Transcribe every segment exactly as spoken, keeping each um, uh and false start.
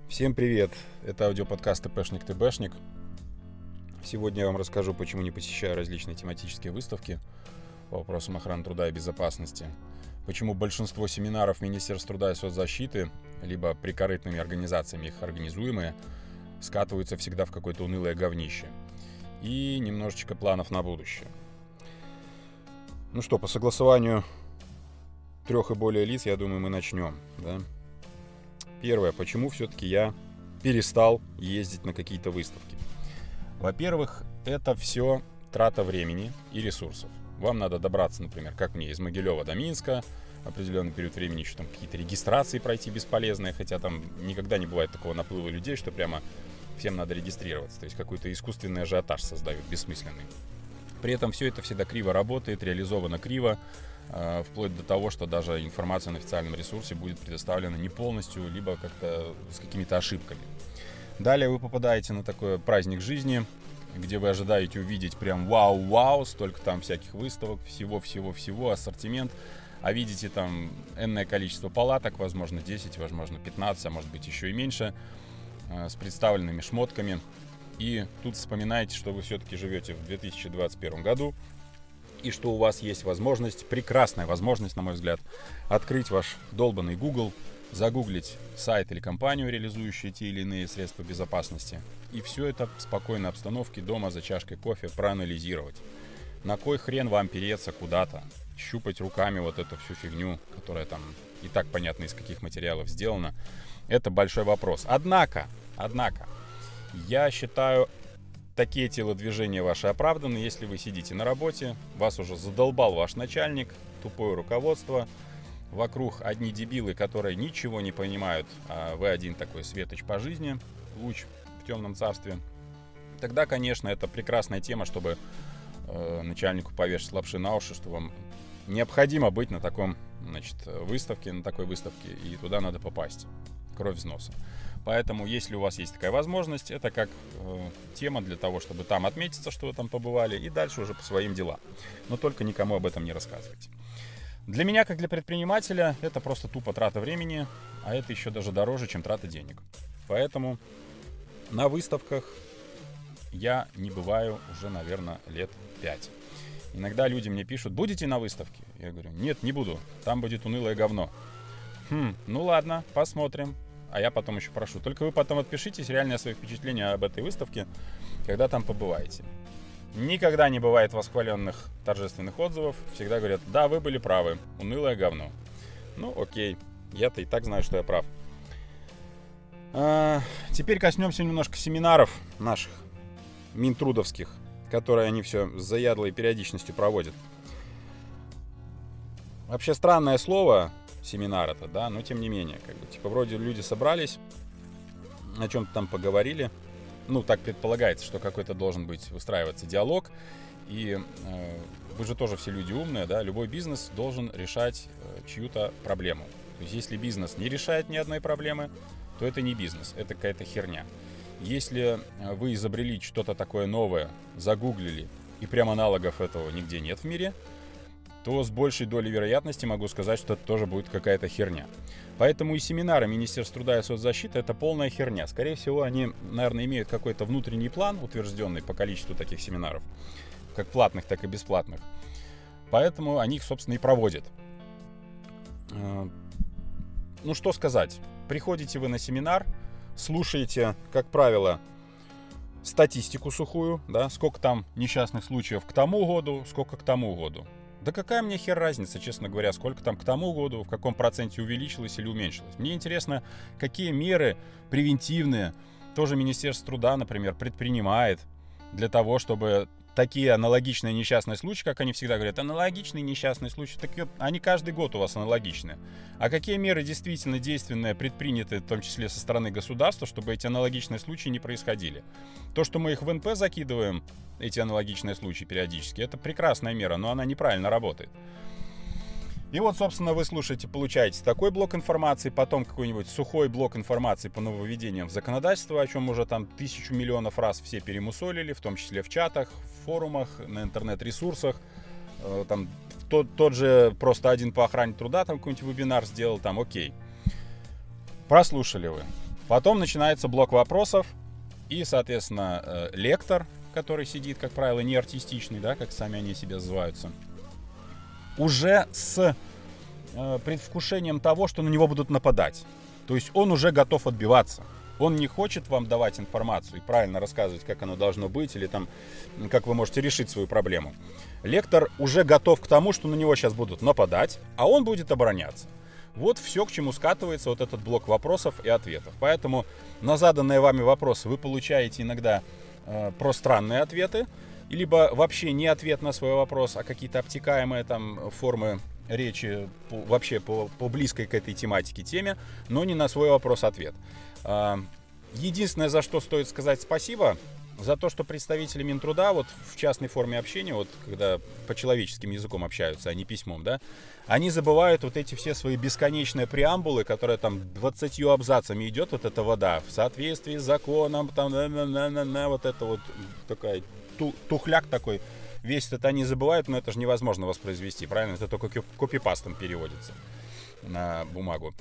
Всем привет! Это аудиоподкаст ТПшник ТБшник. Сегодня я вам расскажу, почему не посещаю различные тематические выставки по вопросам охраны труда и безопасности, почему большинство семинаров Министерства труда и соцзащиты, либо прикорытными организациями их организуемые, скатываются всегда в какое-то унылое говнище, и немножечко планов на будущее. Ну что, по согласованию трех и более лиц, я думаю, мы начнем, да? Первое, почему все-таки я перестал ездить на какие-то выставки. Во-первых, это все трата времени и ресурсов. Вам надо добраться, например, как мне, из Могилева до Минска, определенный период времени еще там какие-то регистрации пройти бесполезные, хотя там никогда не бывает такого наплыва людей, что прямо всем надо регистрироваться. То есть какой-то искусственный ажиотаж создают, бессмысленный. При этом все это всегда криво работает, реализовано криво, э, вплоть до того, что даже информация на официальном ресурсе будет предоставлена не полностью, либо как-то с какими-то ошибками. Далее вы попадаете на такой праздник жизни, где вы ожидаете увидеть прям вау-вау, столько там всяких выставок, всего-всего-всего, ассортимент, а видите там энное количество палаток, возможно десять, возможно пятнадцать, а может быть еще и меньше, э, с представленными шмотками. И тут вспоминаете, что вы все-таки живете в две тысячи двадцать первом году, и что у вас есть возможность, прекрасная возможность, на мой взгляд, открыть ваш долбанный Google, загуглить сайт или компанию, реализующую те или иные средства безопасности, и все это в спокойной обстановке дома за чашкой кофе проанализировать. На кой хрен вам переться куда-то, щупать руками вот эту всю фигню, которая там и так понятно из каких материалов сделана, это большой вопрос. Однако, однако, я считаю, такие телодвижения ваши оправданы, если вы сидите на работе, вас уже задолбал ваш начальник, тупое руководство, вокруг одни дебилы, которые ничего не понимают, а вы один такой светоч по жизни, луч в темном царстве. Тогда, конечно, это прекрасная тема, чтобы э, начальнику повешать лапши на уши, что вам необходимо быть на таком, значит, выставке, на такой выставке, и туда надо попасть. Кровь из носа. Поэтому, если у вас есть такая возможность, это как э, тема для того, чтобы там отметиться, что вы там побывали, и дальше уже по своим делам. Но только никому об этом не рассказывайте. Для меня, как для предпринимателя, это просто тупо трата времени, а это еще даже дороже, чем трата денег. Поэтому на выставках я не бываю уже, наверное, лет пять. Иногда люди мне пишут: будете на выставке? Я говорю: нет, не буду, там будет унылое говно. Хм, ну ладно, посмотрим. А я потом еще прошу. Только вы потом отпишитесь реальные свои впечатления об этой выставке, когда там побываете. Никогда не бывает восхваленных торжественных отзывов. Всегда говорят: да, вы были правы, унылое говно. Ну окей, я-то и так знаю, что я прав. А, теперь коснемся немножко семинаров наших, минтрудовских, которые они все с заядлой периодичностью проводят. Вообще странное слово семинар это, да, но тем не менее, как бы, типа, вроде люди собрались, о чем-то там поговорили, ну, так предполагается, что какой-то должен быть выстраиваться диалог, и э, вы же тоже все люди умные, да, любой бизнес должен решать э, чью-то проблему. То есть, если бизнес не решает ни одной проблемы, то это не бизнес, это какая-то херня. Если вы изобрели что-то такое новое, загуглили, и прям аналогов этого нигде нет в мире, то с большей долей вероятности могу сказать, что это тоже будет какая-то херня. Поэтому и семинары Министерства труда и соцзащиты — это полная херня. Скорее всего, они, наверное, имеют какой-то внутренний план, утвержденный по количеству таких семинаров, как платных, так и бесплатных. Поэтому они их, собственно, и проводят. Ну, что сказать. Приходите вы на семинар, слушаете, как правило, статистику сухую, да, сколько там несчастных случаев к тому году, сколько к тому году. Да какая мне хер разница, честно говоря, сколько там к тому году, в каком проценте увеличилось или уменьшилось. Мне интересно, какие меры превентивные тоже Министерство труда, например, предпринимает для того, чтобы такие аналогичные несчастные случаи, как они всегда говорят, аналогичные несчастные случаи, так они каждый год у вас аналогичные. А какие меры действительно действенные предприняты, в том числе со стороны государства, чтобы эти аналогичные случаи не происходили? То, что мы их в эн пэ закидываем, эти аналогичные случаи периодически, это прекрасная мера, но она неправильно работает. И вот, собственно, вы слушаете, получаете такой блок информации, потом какой-нибудь сухой блок информации по нововведениям в законодательство, о чем уже там тысячу миллионов раз все перемусолили, в том числе в чатах, в форумах, на интернет-ресурсах. Там тот, тот же просто один по охране труда, там какой-нибудь вебинар сделал, там окей. Прослушали вы. Потом начинается блок вопросов и, соответственно, лектор, который сидит, как правило, не артистичный, да, как сами они себя называются, уже с э, предвкушением того, что на него будут нападать. То есть он уже готов отбиваться. Он не хочет вам давать информацию и правильно рассказывать, как оно должно быть, или там, как вы можете решить свою проблему. Лектор уже готов к тому, что на него сейчас будут нападать, а он будет обороняться. Вот все, к чему скатывается вот этот блок вопросов и ответов. Поэтому на заданные вами вопросы вы получаете иногда э, пространные ответы, либо вообще не ответ на свой вопрос, а какие-то обтекаемые там формы речи по, вообще по, по близкой к этой тематике теме, но не на свой вопрос ответ. Э, единственное, за что стоит сказать спасибо, за то, что представители Минтруда вот в частной форме общения, вот когда по человеческим языком общаются, а не письмом, да, они забывают вот эти все свои бесконечные преамбулы, которые там двадцатью абзацами идет вот эта вода, в соответствии с законом, там, на, на, на, на, на, вот это вот такая ту, тухляк такой, весь это они забывают, но это же невозможно воспроизвести, правильно? Это только копипастом переводится на бумагу.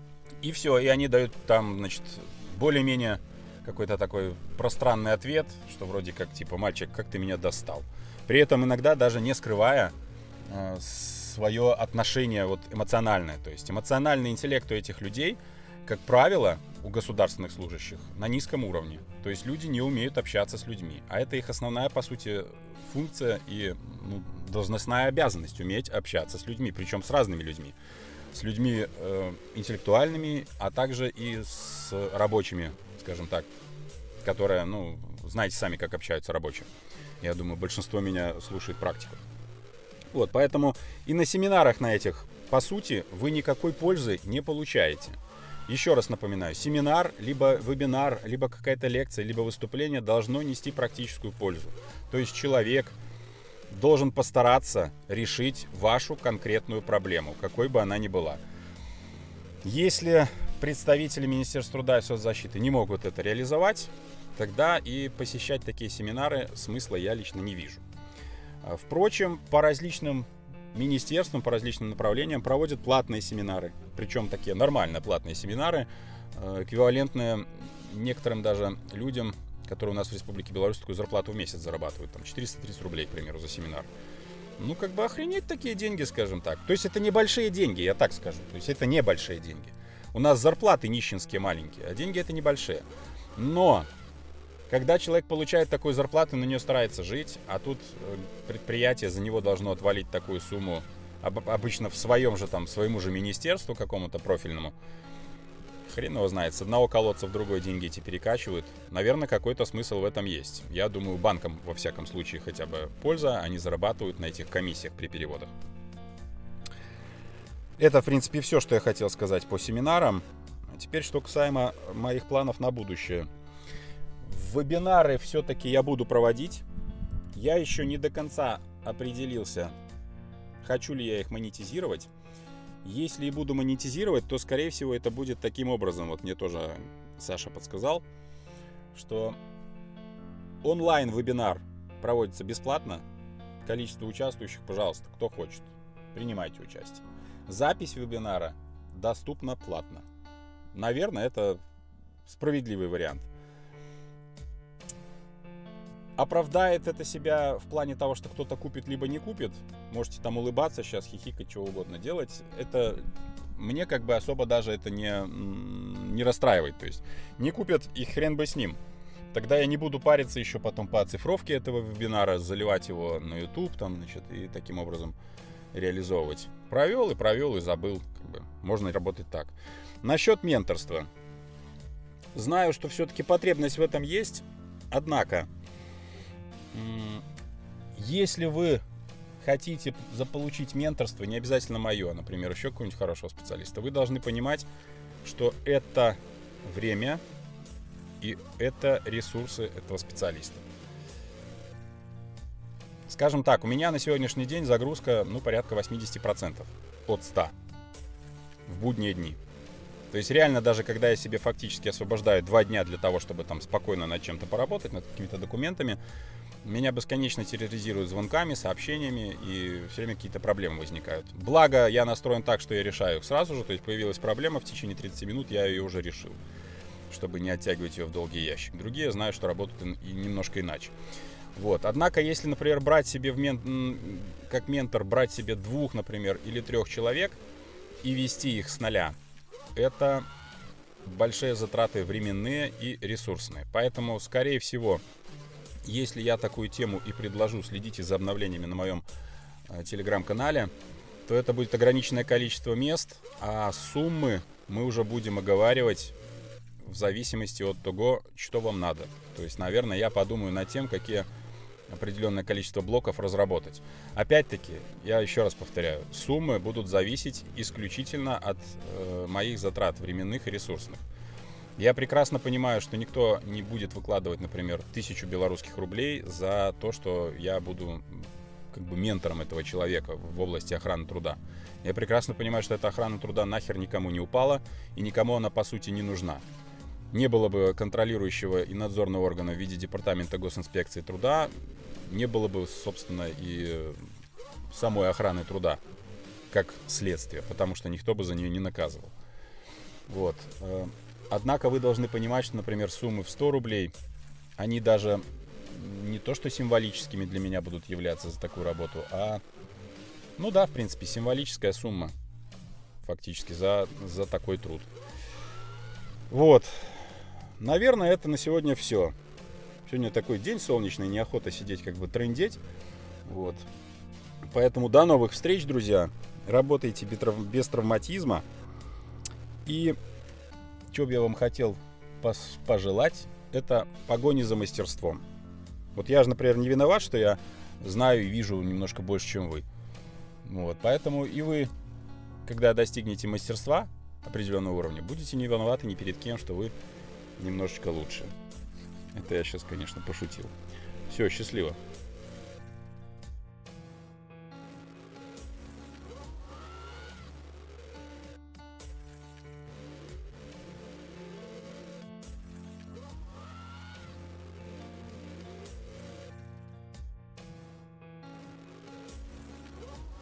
И все, и они дают там, значит, более-менее какой-то такой пространный ответ, что вроде как типа «мальчик, как ты меня достал». При этом иногда даже не скрывая э, свое отношение вот эмоциональное. То есть эмоциональный интеллект у этих людей, как правило, у государственных служащих на низком уровне. То есть люди не умеют общаться с людьми. А это их основная, по сути, функция и ну, должностная обязанность — уметь общаться с людьми, причем с разными людьми. С людьми э, интеллектуальными, а также и с рабочими, скажем так, которые, ну, знаете сами, как общаются рабочие. Я думаю, большинство меня слушает практику. Вот, поэтому и на семинарах на этих, по сути, вы никакой пользы не получаете. Еще раз напоминаю, семинар, либо вебинар, либо какая-то лекция, либо выступление должно нести практическую пользу. То есть человек должен постараться решить вашу конкретную проблему, какой бы она ни была. Если представители Министерства труда и соцзащиты не могут это реализовать, тогда и посещать такие семинары смысла я лично не вижу. Впрочем, по различным министерствам, по различным направлениям проводят платные семинары. Причем такие нормально платные семинары, эквивалентные некоторым даже людям, которые у нас в Республике Беларусь такую зарплату в месяц зарабатывают. Там четыреста тридцать рублей, к примеру, за семинар. Ну, как бы охренеть такие деньги, скажем так. То есть это небольшие деньги, я так скажу. То есть это небольшие деньги. У нас зарплаты нищенские маленькие, а деньги это небольшие. Но когда человек получает такую зарплату, на нее старается жить, а тут предприятие за него должно отвалить такую сумму, обычно в своем же там, своему же министерству какому-то профильному. Хрен его знает, с одного колодца в другой деньги эти перекачивают. Наверное, какой-то смысл в этом есть. Я думаю, банкам во всяком случае хотя бы польза, они зарабатывают на этих комиссиях при переводах. Это, в принципе, все, что я хотел сказать по семинарам. Теперь, что касаемо моих планов на будущее. Вебинары все-таки я буду проводить. Я еще не до конца определился, хочу ли я их монетизировать. Если и буду монетизировать, то, скорее всего, это будет таким образом. Вот мне тоже Саша подсказал, что онлайн-вебинар проводится бесплатно. Количество участвующих, пожалуйста, кто хочет, принимайте участие. Запись вебинара доступна платно. Наверное, это справедливый вариант. Оправдает это себя в плане того, что кто-то купит либо не купит. Можете там улыбаться сейчас, хихикать, чего угодно делать. Это мне как бы особо даже это не, не расстраивает. То есть не купят, и хрен бы с ним. Тогда я не буду париться еще потом по оцифровке этого вебинара, заливать его на YouTube там, значит, и таким образом реализовывать. Провел и провел и забыл. Как бы. Можно работать так. Насчет менторства. Знаю, что все-таки потребность в этом есть. Однако, если вы хотите заполучить менторство, не обязательно мое, например, еще какого-нибудь хорошего специалиста, вы должны понимать, что это время и это ресурсы этого специалиста. Скажем так, у меня на сегодняшний день загрузка, ну, порядка восемьдесят процентов от ста в будние дни. То есть реально даже когда я себе фактически освобождаю два дня для того, чтобы там спокойно над чем-то поработать, над какими-то документами, меня бесконечно терроризируют звонками, сообщениями, и все время какие-то проблемы возникают. Благо, я настроен так, что я решаю их сразу же, то есть появилась проблема, в течение тридцати минут я ее уже решил. чтобы не оттягивать ее в долгий ящик. Другие знают, что работают и немножко иначе. Вот. Однако, если, например, брать себе в мен... как ментор, брать себе двух, например, или трех человек и вести их с нуля, это большие затраты временные и ресурсные. Поэтому, скорее всего, если я такую тему и предложу, следите за обновлениями на моем э, телеграм-канале, то это будет ограниченное количество мест, а суммы мы уже будем оговаривать в зависимости от того, что вам надо. То есть, наверное, я подумаю над тем, какие определенное количество блоков разработать. Опять-таки, я еще раз повторяю, суммы будут зависеть исключительно от э, моих затрат временных и ресурсных. Я прекрасно понимаю, что никто не будет выкладывать, например, тысячу белорусских рублей за то, что я буду как бы ментором этого человека в области охраны труда. Я прекрасно понимаю, что эта охрана труда нахер никому не упала, и никому она по сути не нужна. Не было бы контролирующего и надзорного органа в виде Департамента госинспекции труда, не было бы, собственно, и самой охраны труда как следствие, потому что никто бы за нее не наказывал. Вот. Однако вы должны понимать, что, например, суммы в сто рублей, они даже не то что символическими для меня будут являться за такую работу, а, ну да, в принципе, символическая сумма фактически за, за такой труд. Вот. Наверное, это на сегодня все. Сегодня такой день солнечный, неохота сидеть как бы трындеть. Вот. Поэтому до новых встреч, друзья. Работайте без травматизма. И что бы я вам хотел пожелать, это погони за мастерством. Вот я же, например, не виноват, что я знаю и вижу немножко больше, чем вы. Вот. Поэтому и вы, когда достигнете мастерства определенного уровня, будете не виноваты ни перед кем, что вы немножечко лучше. Это я сейчас, конечно, пошутил. Все, счастливо.